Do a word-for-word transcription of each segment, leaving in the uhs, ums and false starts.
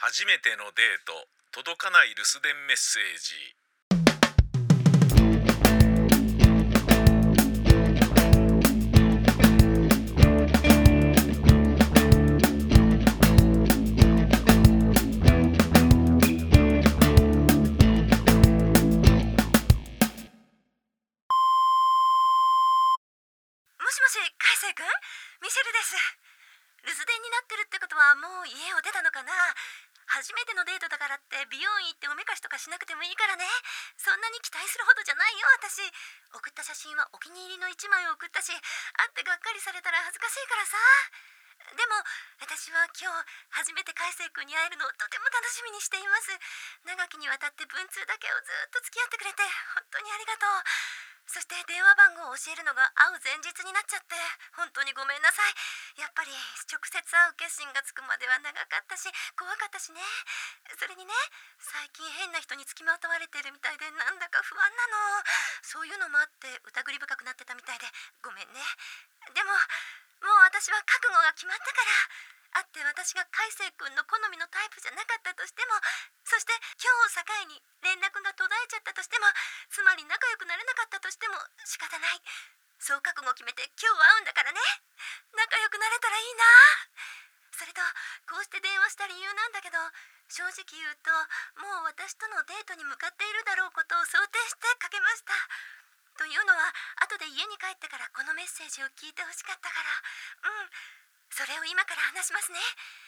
初めてのデート、届かない留守電メッセージ。 もしもし、海星くん、ミシェルです。留守電になってるってことはもう家を出たのかな。初めてのデートだからって美容院行っておめかしとかしなくてもいいからね。そんなに期待するほどじゃないよ私。送った写真はお気に入りのいちまいを送ったし、会ってがっかりされたら恥ずかしいからさ。でも私は今日初めて海星くんに会えるのをとても楽しみにしています。長きにわたって文通だけをずっと付き合ってくれて本当にありがとう。そして電話番号を教えるのが会う前日になっちゃって本当にごめんなさい。やっぱり直接会う決心がつくまでは長かったし怖かったしね。それにね、最近変な人につきまとわれてるみたいでなんだか不安なの。そういうのもあって疑り深くなってたみたいでごめんね。でももう私は覚悟が決まったから。会って私が海星くんの好みのタイプじゃなかったとしても、そして今日を境に連絡が途絶えちゃったとしても、つまり仲良くなれなかったとしても仕方ない。そう覚悟を決めて今日は会うんだからね。仲良くなれたらいいな。それとこうして電話した理由なんだけど、正直言うともう私とのデートに向かっているだろうことを想定してかけました。というのは後で家に帰ってからこのメッセージを聞いてほしかったから。うん、それを今から話しますね。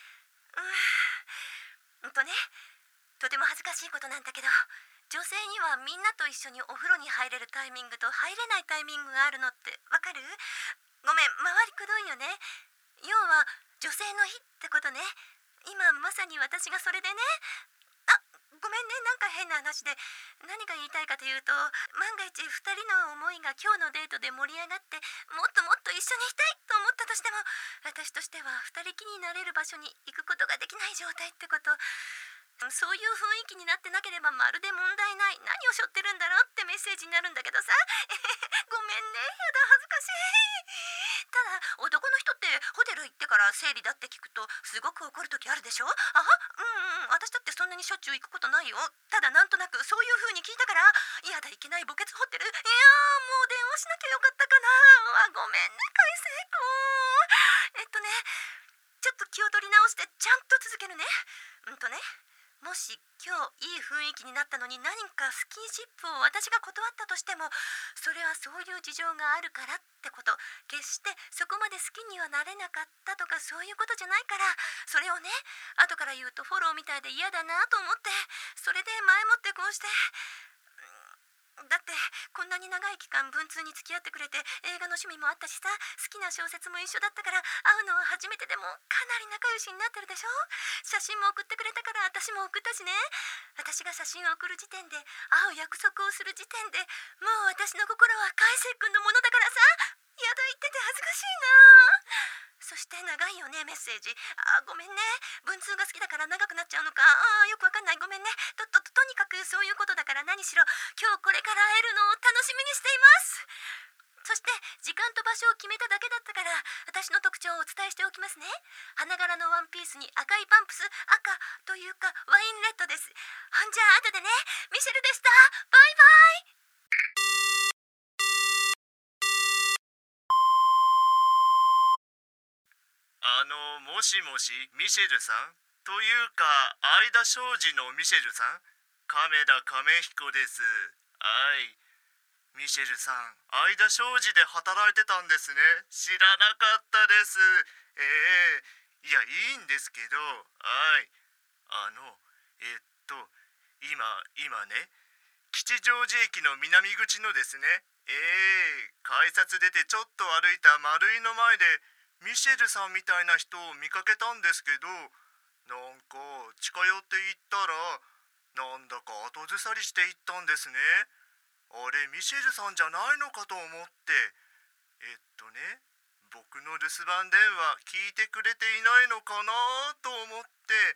うーん、うんとね、とても恥ずかしいことなんだけど、女性にはみんなと一緒にお風呂に入れるタイミングと入れないタイミングがあるのってわかる？ごめん、回りくどいよね。要は女性の日ってことね。今まさに私がそれでね。あ、ごめんね、なんか変な話で。何が言いたいかというと、万が一ふたりの思いが今日のデートで盛り上がってもっともっと一緒にいたいと思ったとしても、私としてはふたりきりになれる場所に行くことができない状態ってこと。そういう雰囲気になってなければまるで問題ない。何を背負ってるんだろうってメッセージになるんだけどさ。ごめんね、やだ、恥ずかしい。ただ男の人ってホテル行ってから生理だって聞くとすごく怒る時あるでしょ。あ、うんうん、私だってそんなにしょっちゅう行くことないよ。ただなんとなくそういう風に聞いたから、いやだ、いけない墓穴ホテル。いやー、もう電話しなきゃよかったかな。あ、ごめんね、海星くん。えっとね、ちょっと気を取り直してちゃんと続けるね。うんとね、もし今日いい雰囲気になったのに何かスキンシップを私が断ったとしても、それはそういう事情があるからってこと。決してそこまで好きにはなれなかったとかそういうことじゃないから。それをね、後から言うとフォローみたいで嫌だなと思って、それで前もってこうして。だってこんなに長い期間文通に付き合ってくれて、映画の趣味もあったしさ、好きな小説も一緒だったから、会うのは初めてでもかなり仲良しになってるでしょ。写真も送ってくれたから私も送ったしね。私が写真を送る時点で、会う約束をする時点で、もう私の心は海星くんのものだからさ。やだ、言ってて恥ずかしいな。そして長いよね、メッセージ。あ、ごめんね、文通が好きだから長くなっちゃうのか。あ、よくわかんない、ごめんね。ととととにかくそういうことだから、何しろ今日これから会えるのを楽しみにしています。そして時間と場所を決めただけだったから、私の特徴をお伝えしておきますね。花柄のワンピースに赤いパンプス、赤というかワインレッドです。ほんじゃあ後でね。ミシェルでした。バイバイ。 あの、もしもし、ミシェルさんというか、相田商事のミシェルさん、亀田亀彦です。はい。ミシェルさん、相田商事で働いてたんですね。知らなかったです。ええ、いや、いいんですけど、はい。あの、えっと、今、今ね、吉祥寺駅の南口のですね、ええ、改札出てちょっと歩いた丸いの前で、ミシェルさんみたいな人を見かけたんですけど、なんか近寄って行ったら、なんだか後ずさりして行ったんですね。あれ、ミシェルさんじゃないのかと思って。えっとね、僕の留守番電話聞いてくれていないのかなと思って、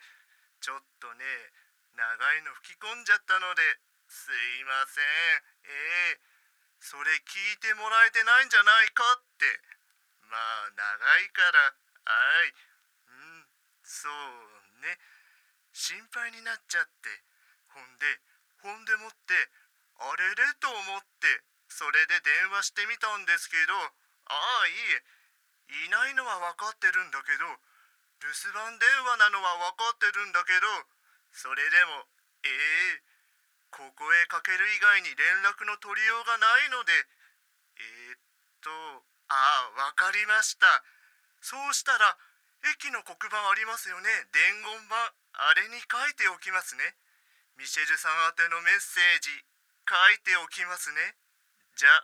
ちょっとね、長いの吹き込んじゃったので、すいません。ええ、それ聞いてもらえてないんじゃないかって。まあ長いから、はい、うん、そうね。 心配になっちゃって、ほんでほんでもってあれれと思って、それで電話してみたんですけど、ああいいえ、いないのは分かってるんだけど、留守番電話なのは分かってるんだけど、それでもええここへかける以外に連絡の取りようがないので、えー、っとああ分かりました。そうしたら駅の黒板ありますよね、伝言板、あれに書いておきますね。ミシェルさん宛てのメッセージ書いておきますね。じゃあ。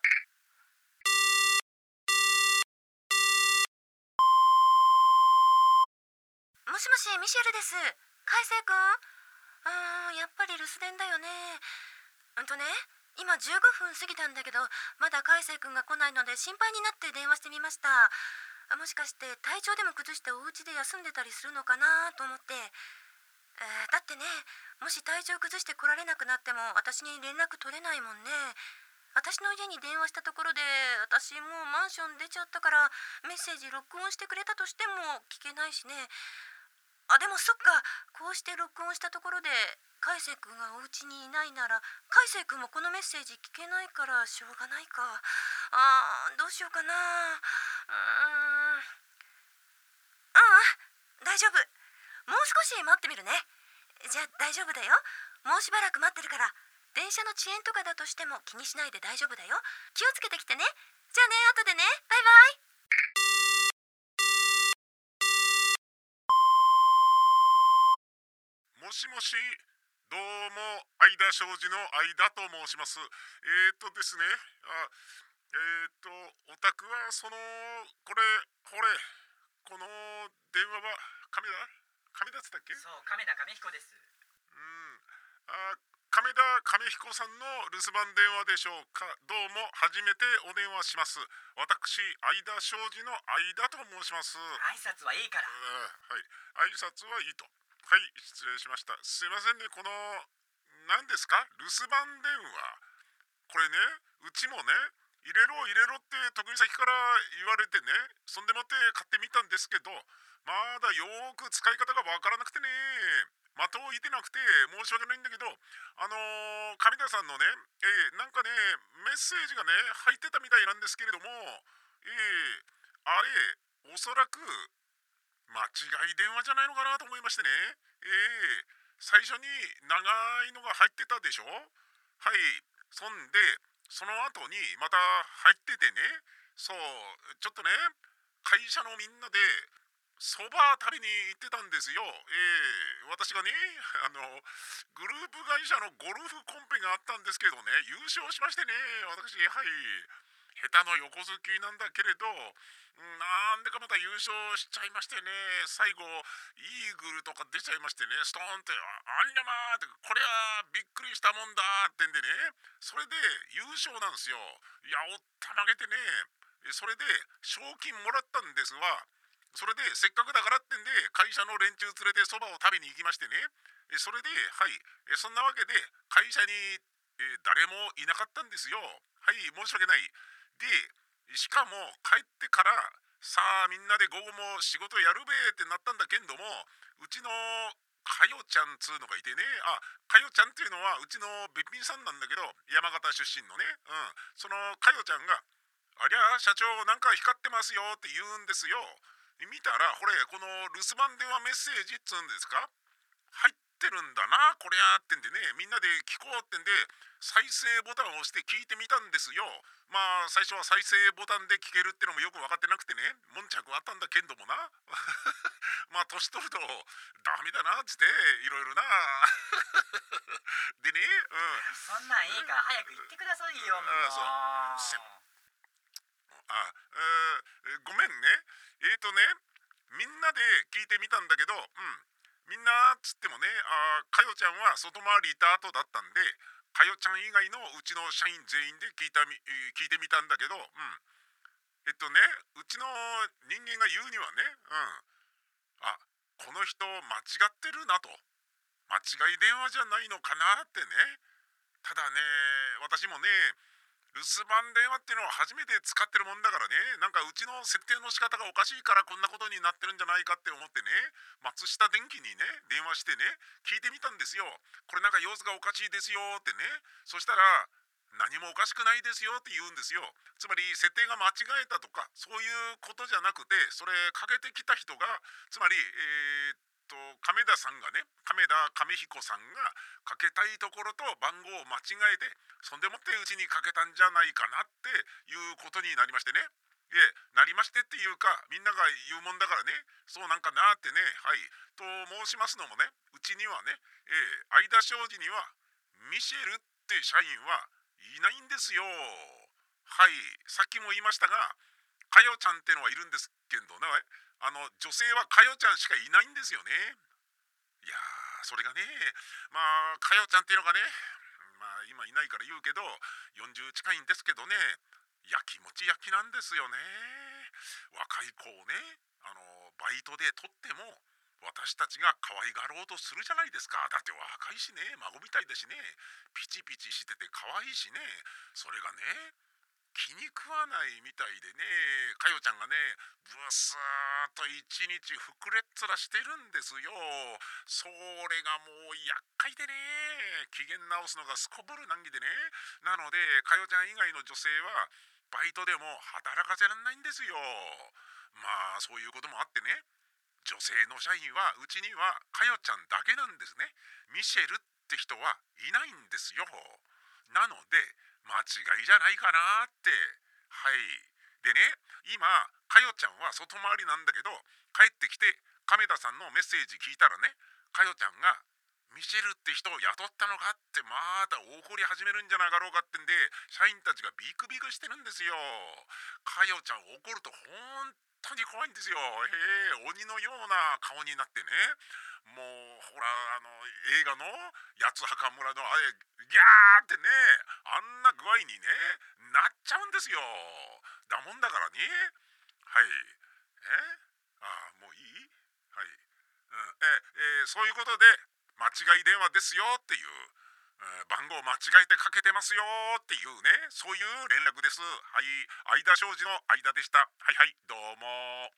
もしもし、ミシェルです。海星くん。うーんやっぱり留守電だよね。うんとね今じゅうごふん過ぎたんだけど、まだ海星くんが来ないので心配になって電話してみました。あもしかして体調でも崩してお家で休んでたりするのかなと思って、えーだってね、もし体調崩して来られなくなっても私に連絡取れないもんね。私の家に電話したところで、私もうマンション出ちゃったからメッセージ録音してくれたとしても聞けないしね。あでもそっか、こうして録音したところで海星くんがお家にいないなら、海星くんもこのメッセージ聞けないからしょうがないか。あーどうしようかな。うーんああ大丈夫、もう少し待ってみるね。じゃあ大丈夫だよ。もうしばらく待ってるから。電車の遅延とかだとしても気にしないで大丈夫だよ。気をつけてきてね。じゃあね、後でね。バイバイ。 もしもし、どうも相田商事の相田と申します。えーとですね、あえーとお宅はそのこれこれこの電話は亀田亀田っつったっけ？ そう、亀田亀彦です。 うんあ亀田亀彦さんの留守番電話でしょうか。どうも初めてお電話します。私相田商事の相田と申します。 挨拶はいいから。 はい、挨拶はいいと。はい、失礼しました。すいませんね、この何ですか留守番電話、これね、うちもね入れろ入れろって得意先から言われてね、そんでもって買ってみたんですけど、まだよーく使い方がわからなくてね、的を射てなくて申し訳ないんだけど、あのー、上田さんのね、えー、なんかねメッセージがね入ってたみたいなんですけれども、えー、あれおそらく間違い電話じゃないのかなと思いましてね、えー、最初に長いのが入ってたでしょ。はい、そんでその後にまた入っててね、そうちょっとね会社のみんなでそば食べに行ってたんですよ。えー、私がねあのグループ会社のゴルフコンペがあったんですけどね、優勝しましてね、私はい下手の横好きなんだけれど、なんでかまた優勝しちゃいましてね、最後イーグルとか出ちゃいましてね、ストーンってあんにゃまーって、これはびっくりしたもんだってんでね、それで優勝なんですよ。いやおったまげてね、それで賞金もらったんですわ。それでせっかくだからってんで会社の連中連れてそばを食べに行きましてね、それではいそんなわけで会社に誰もいなかったんですよ。はい申し訳ない。でしかも帰ってからさあみんなで午後も仕事やるべってなったんだけんども、うちのかよちゃんつうのがいてね、あかよちゃんっていうのはうちのべっぴんさんなんだけど、山形出身のね、うんそのかよちゃんがありゃ社長なんか光ってますよって言うんですよ。見たらこれこの留守番電話メッセージっつうんですか、入ってるんだなこりゃってんでね、みんなで聞こうってんで再生ボタンを押して聞いてみたんですよ。まあ最初は再生ボタンで聞けるってのもよく分かってなくてね、悶着あったんだけんどもなまあ年取るとダメだなっつっていろいろなでね、うんそんなんいいから早く言ってくださいよ。もうあそうあ、えーごめんね。えーとねみんなで聞いてみたんだけど、うんみんなっつってもね、あかよちゃんは外回りいた後だったんで、かよちゃん以外のうちの社員全員で聞いたみ、えー聞いてみたんだけど、うんえっとねうちの人間が言うにはね、うんあこの人間違ってるなと、間違い電話じゃないのかなってね。ただね私もね留守番電話っていうのは初めて使ってるもんだからね、なんかうちの設定の仕方がおかしいからこんなことになってるんじゃないかって思ってね、松下電器にね電話してね聞いてみたんですよ。これなんか様子がおかしいですよってね。そしたら何もおかしくないですよって言うんですよ。つまり設定が間違えたとかそういうことじゃなくて、それかけてきた人がつまりえーっと亀田さんがね、亀田亀彦さんがかけたいところと番号を間違えて、そんでもってうちにかけたんじゃないかなっていうことになりましてね。いえ、なりましてっていうか、みんなが言うもんだからね、そうなんかなってね。はい。と申しますのもね、うちにはね、えー、相田商事にはミシェルって社員はいないんですよ。はい。さっきも言いましたが、かよちゃんってのはいるんですけどね、あの女性はかよちゃんしかいないんですよね。いやー、それがね、まあかよちゃんっていうのがね、まあ今いないから言うけどよんじゅう近いんですけどね、やきもち焼きなんですよね。若い子をね、あのバイトで取っても私たちが可愛がろうとするじゃないですか。だって若いしね、孫みたいだしね、ピチピチしてて可愛いしね。それがね、気に食わないみたいでね、かよちゃんがね、ブスーっと一日膨れっ面してるんですよ。それがもう厄介でね、機嫌直すのがすこぶる難儀でね。なのでかよちゃん以外の女性はバイトでも働かせられないんですよ。まあそういうこともあってね、女性の社員はうちにはかよちゃんだけなんですね。ミシェルって人はいないんですよ。なので間違いじゃないかなって。はい。でね、今かよちゃんは外回りなんだけど、帰ってきて亀田さんのメッセージ聞いたらね、かよちゃんがミシェルって人を雇ったのかってまた怒り始めるんじゃなかろうかってんで、社員たちがビクビクしてるんですよ。かよちゃん怒ると本当に怖いんですよ。へえ、鬼のような顔になってね、もうほらあの映画の八つ墓村のあれギャーってね、あんな具合にねなっちゃうんですよ。だもんだからね。はい。えああ、もういい。はい。うんええーそういうことで間違い電話ですよっていう、えー番号間違えてかけてますよっていうね、そういう連絡です。はい。相田商事の間でした。はいはい、どうも。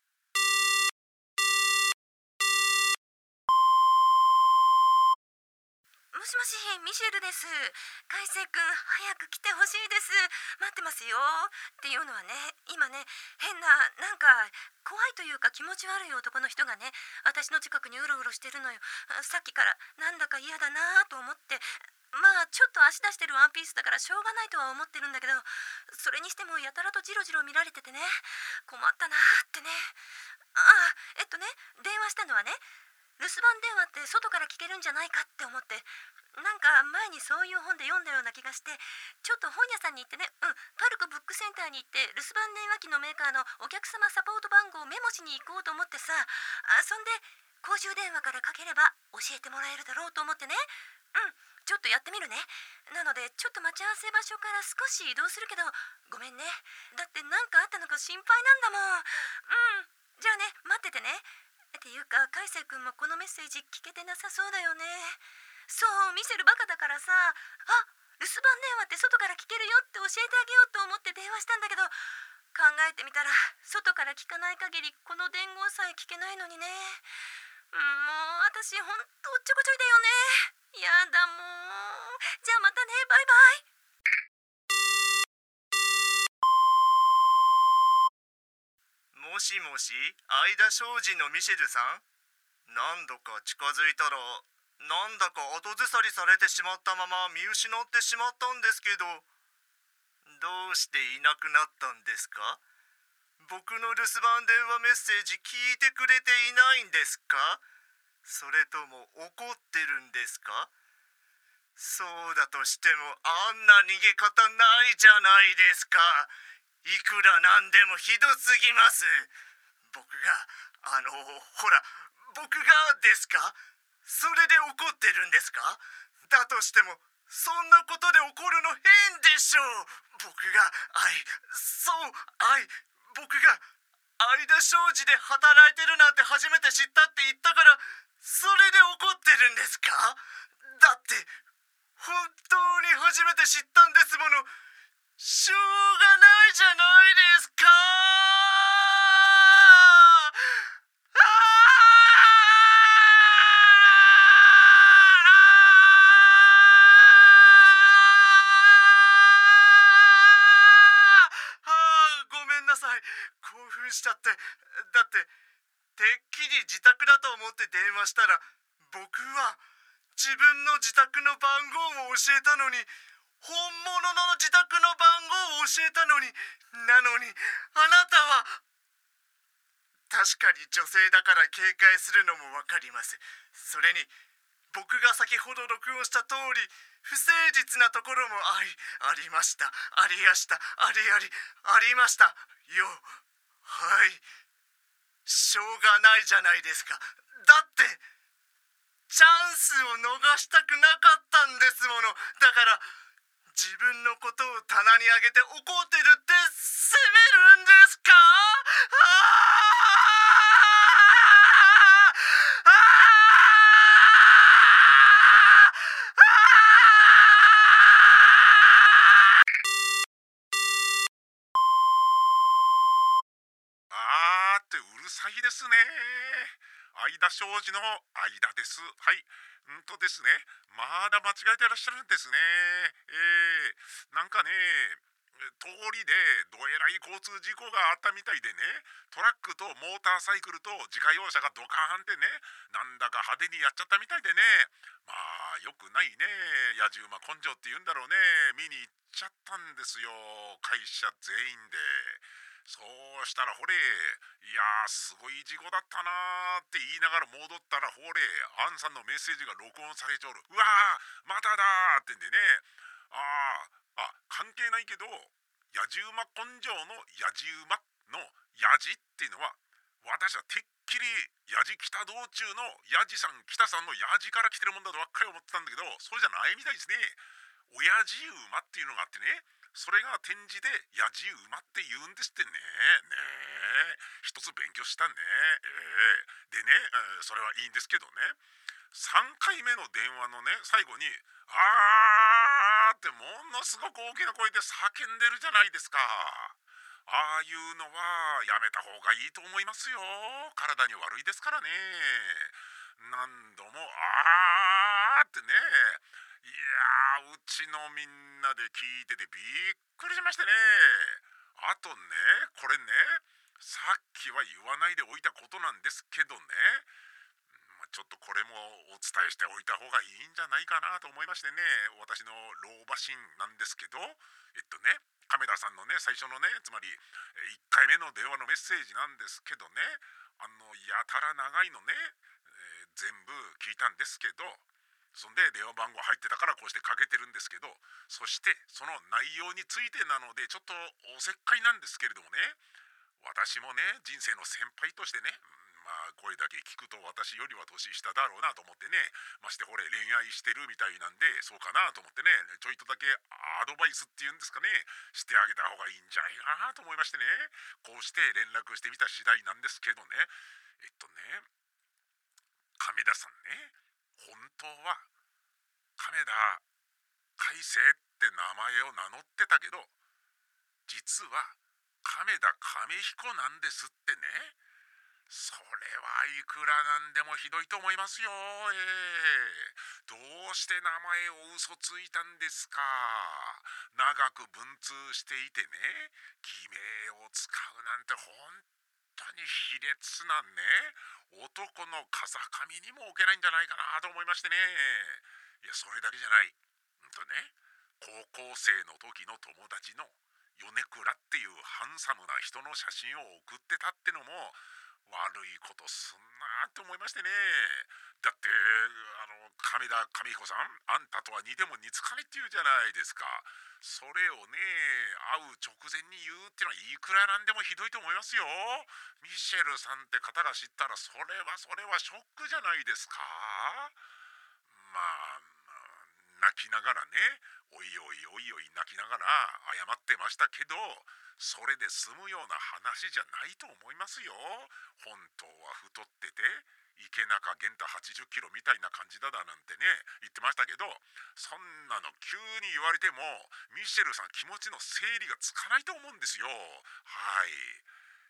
もしもし、ミシェルです。海星くん、早く来てほしいです。待ってますよ。っていうのはね、今ね、変な、なんか、怖いというか気持ち悪い男の人がね、私の近くにうろうろしてるのよ。さっきから、なんだか嫌だなと思って。まあ、ちょっと足出してるワンピースだからしょうがないとは思ってるんだけど、それにしてもやたらとジロジロ見られててね、困ったなってね。ああ、えっとね、電話したのはね、留守番電話って外から聞けるんじゃないかって思って、なんか前にそういう本で読んだような気がして、ちょっと本屋さんに行ってね、うんパルクブックセンターに行って留守番電話機のメーカーのお客様サポート番号をメモしに行こうと思ってさ、あそんで公衆電話からかければ教えてもらえるだろうと思ってね。うんちょっとやってみるね。なのでちょっと待ち合わせ場所から少し移動するけど、ごめんね。だって何かあったのか心配なんだもん。うんじゃあね、待っててね。っていうか海星くんもこのメッセージ聞けてなさそうだよね。そう見せるバカだからさ、あ留守番電話って外から聞けるよって教えてあげようと思って電話したんだけど、考えてみたら外から聞かない限りこの伝言さえ聞けないのにね。うんもう私ほんとおっちょこちょいだよね。やだもう。じゃあまたね、バイバイ。 もしもし、相田商事のミシェルさん。何度か近づいたらなんだか後ずさりされてしまったまま見失ってしまったんですけど、どうしていなくなったんですか？僕の留守番電話メッセージ聞いてくれていないんですか？それとも怒ってるんですか？そうだとしてもあんな逃げ方ないじゃないですか。いくらなんでもひどすぎます。僕があのほら僕がですか？それで怒ってるんですか？だとしてもそんなことで怒るの変でしょう。僕が愛そう愛僕が相田商事で働いてるなんて初めて知ったって言ったから、それで怒ってるんですか？だって本当に初めて知ったんですもの。 しょうがないじゃないですか。ごめんなさい、興奮しちゃって。だっててっきり自宅だと思って電話したら、僕は自分の自宅の番号を教えたのに、本物の自宅の番号を教えたのに、なのにあなたは。確かに女性だから警戒するのもわかります。それに僕が先ほど録音した通り、不誠実なところもありありました。ありやしたありありありましたよ。はい、しょうがないじゃないですか。だってチャンスを逃したくなかったんですもの。だから自分のことを棚に上げて怒ってるって責めるんですか？ あーってうるさいですね。相田庄司の相田です。はい。うんとですね、まだ間違えてらっしゃるんですね。えー、なんかね、通りでどえらい交通事故があったみたいでね、トラックとモーターサイクルと自家用車がドカーンってね、なんだか派手にやっちゃったみたいでね、まあよくないね。野じ馬根性って言うんだろうね。見に行っちゃったんですよ、会社全員で。そうしたらほれ、いやーすごい事故だったなーって言いながら戻ったら、ほれアンさんのメッセージが録音されちょる。うわーまただーってんでね、あーあ関係ないけど、野じ馬根性の野じ馬の野じっていうのは、私はてっきり野じ北道中の野じさん北さんの野じから来てるもんだとばっかり思ってたんだけど、そうじゃないみたいですね。親父馬っていうのがあってね、それが展示で野じ馬って言うんですってね。ねえ、一つ勉強したね。えー、でね、えー、それはいいんですけどね、さんかいめの電話のね最後に「あー」ってものすごく大きな声で叫んでるじゃないですか。ああいうのはやめた方がいいと思いますよ。体に悪いですからね。何度も「あー」ってね、いやーうちのみんなで聞いててびっくりしましてね。あとね、これね、さっきは言わないでおいたことなんですけどね、まあちょっとこれもお伝えしておいた方がいいんじゃないかなと思いましてね、私の老婆心なんですけど、えっとね、亀田さんのね最初のね、つまりいっかいめの電話のメッセージなんですけどね、あのやたら長いのね、えー全部聞いたんですけど、そんで電話番号入ってたからこうしてかけてるんですけど、そしてその内容についてなのでちょっとおせっかいなんですけれどもね、私もね人生の先輩としてね、うんまあ声だけ聞くと私よりは年下だろうなと思ってね、ましてほれ恋愛してるみたいなんでそうかなと思ってね、ちょいとだけアドバイスっていうんですかね、してあげた方がいいんじゃないかなと思いましてね、こうして連絡してみた次第なんですけどね。えっとね、亀田さんね、本当は亀田海星って名前を名乗ってたけど、実は亀田亀彦なんですってね。それはいくらなんでもひどいと思いますよ。ええ、どうして名前を嘘ついたんですか。長く文通していてね、偽名を使うなんて本当に卑劣なね、男の風上にも置けないんじゃないかなと思いましてね。いやそれだけじゃない。うんとね、高校生の時の友達の米倉っていうハンサムな人の写真を送ってたってのも悪いことすんなって思いましてね。だってあの亀田上彦さん、あんたとは似ても似つかないって言うじゃないですか。それをね会う直前に言うっていうのはいくらなんでもひどいと思いますよ。ミシェルさんって方が知ったらそれはそれはショックじゃないですか。まあ泣きながらね、おいおいおいおい泣きながら謝ってましたけど、それで済むような話じゃないと思いますよ。本当は太ってて池中玄太はちじゅっキロみたいな感じだだなんてね言ってましたけど、そんなの急に言われてもミシェルさん気持ちの整理がつかないと思うんですよ。はい、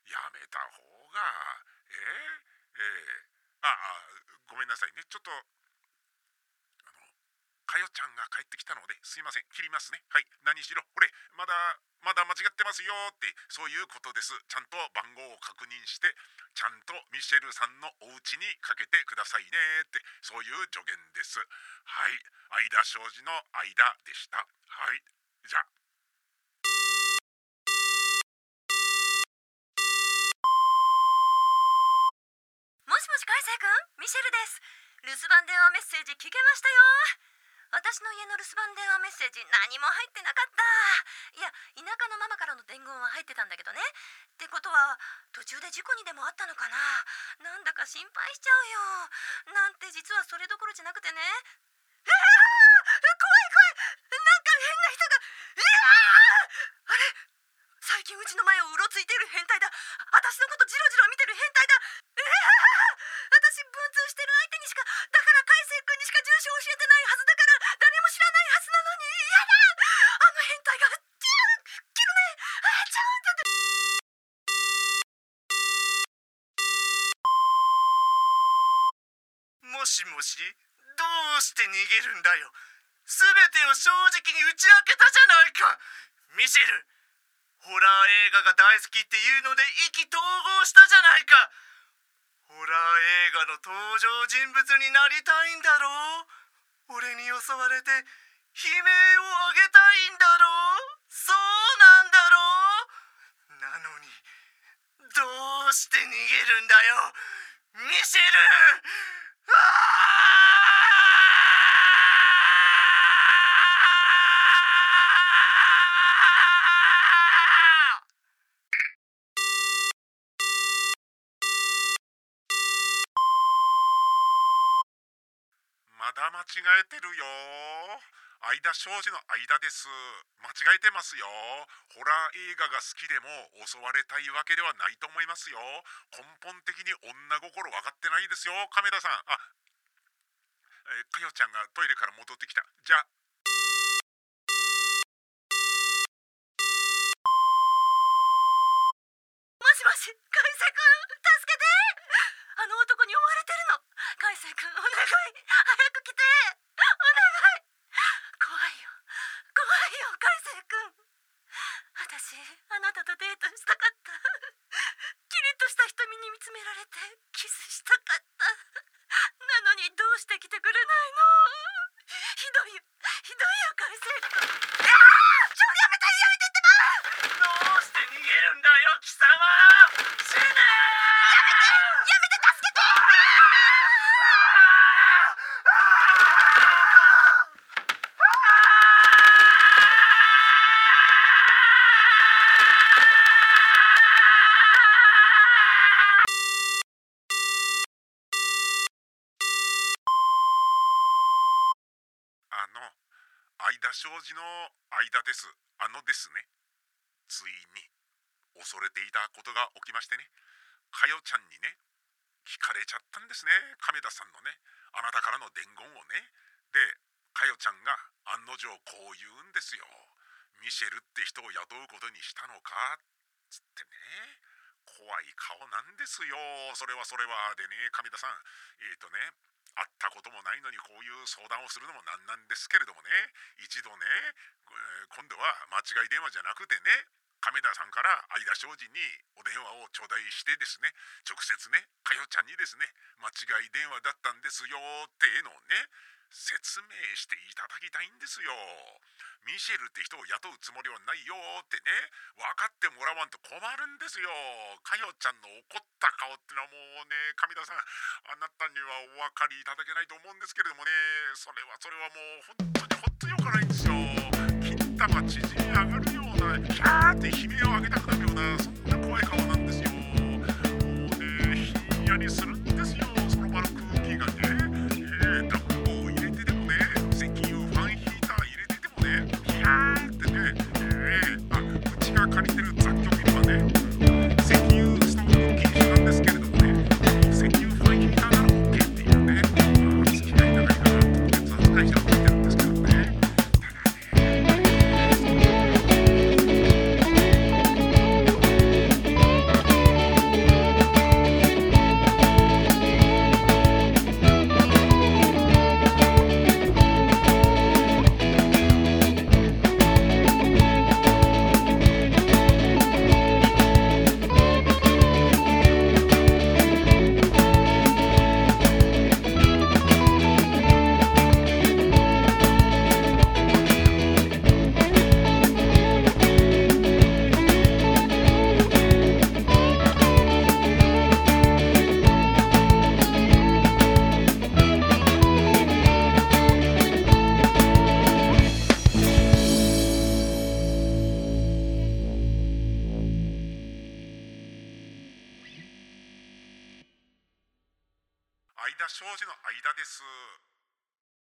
やめた方がえー、えー、ああごめんなさいね、ちょっとあのかよちゃんが帰ってきたのですいません、切りますね。はい、何しろこれまだまだ間違ってますよってそういうことです。ちゃんと番号を確認してちゃんとミシェルさんのお家にかけてくださいねってそういう助言です。はい、相田商事の間でした。はい、じゃあもしもし海星くん、ミシェルです。留守番電話メッセージ聞けましたよ。私の家の留守番電話メッセージ何も入ってなかった。いや、田舎のママからの伝言は入ってたんだけどね。ってことは途中で事故にでもあったのかな。なんだか心配しちゃうよ。なんて実はそれどころじゃなくてね。えー、怖い怖い、なんか変な人が。えー、あれ、最近うちの前をうろついてる変態だ。私のことジロジロ見てる変態だ。えー、私文通してる相手にしか、だから海星くんにしか住所教えてないはずだから誰も知らないはずなのに。やだ、あの変態が。チュー切るね。あチューって。 もしもし、どうして逃げるんだよ。すべてを正直に打ち明けたじゃないか。ミシェル、ホラー映画が大好きっていうので意気投合したじゃないか。ホラー映画の登場人物になりたいんだろう。俺に襲われて悲鳴を上げたいんだろう。そうなんだろう。なのにどうして逃げるんだよミシェル。あまだ間違えてるよ。相田商事の間です。間違えてますよ。ホラー映画が好きでも襲われたいわけではないと思いますよ。根本的に女心分かってないですよ、亀田さん。あ、えー、かよちゃんがトイレから戻ってきた。じゃあもしもし、海星くん、助けて。あの男に追われてるの。海星くん、お願い、早く来て。お願い。怖いよ、怖いよ、海星くん。私、あなたとデートしたかった。キリッとした瞳に見つめられてキスしたかった。なのにどうして来てくれないの。ひどいよ、ひどいよ、海星くん。ああ、ちょ、やめて、やめてってば。 どうして逃げるんだよ貴様。死ねー。 やめて、助けて。 あの相田商事の間です。あのですね、ついに恐れていたことが起きましてね、かよちゃんにね聞かれちゃったんですね、亀田さんのねあなたからの伝言をね。でかよちゃんが案の定こう言うんですよ。ミシェルって人を雇うことにしたのかつってね。怖い顔なんですよ、それはそれは。でね、亀田さん、えーとね会ったこともないのにこういう相談をするのもなんなんですけれどもね、一度ね、えー今度は間違い電話じゃなくてね、亀田さんから相田商事にお電話を頂戴してですね、直接ねかよちゃんにですね間違い電話だったんですよっていうのをね説明していただきたいんですよ。ミシェルって人を雇うつもりはないよってね分かってもらわんと困るんですよ。かよちゃんの怒った顔ってのはもうね、亀田さんあなたにはお分かりいただけないと思うんですけれどもね、それはそれはもう本当に本当によくないんですよ。金玉縮み上がるようなキャーって悲鳴を上げたくなるようなそんな怖い顔なんですよ。もうねひんやりするんですよ、その場の空気がね。えー、暖房を入れてでもね、石油ファンヒーター入れてでもね、キャーってね、えー、あ、うちが借りてる雑居ビルはね石油ストーブ禁止なんですけれどもね、石油ファンヒーターなの花開いてるんですけどね。相田庄司の相田です。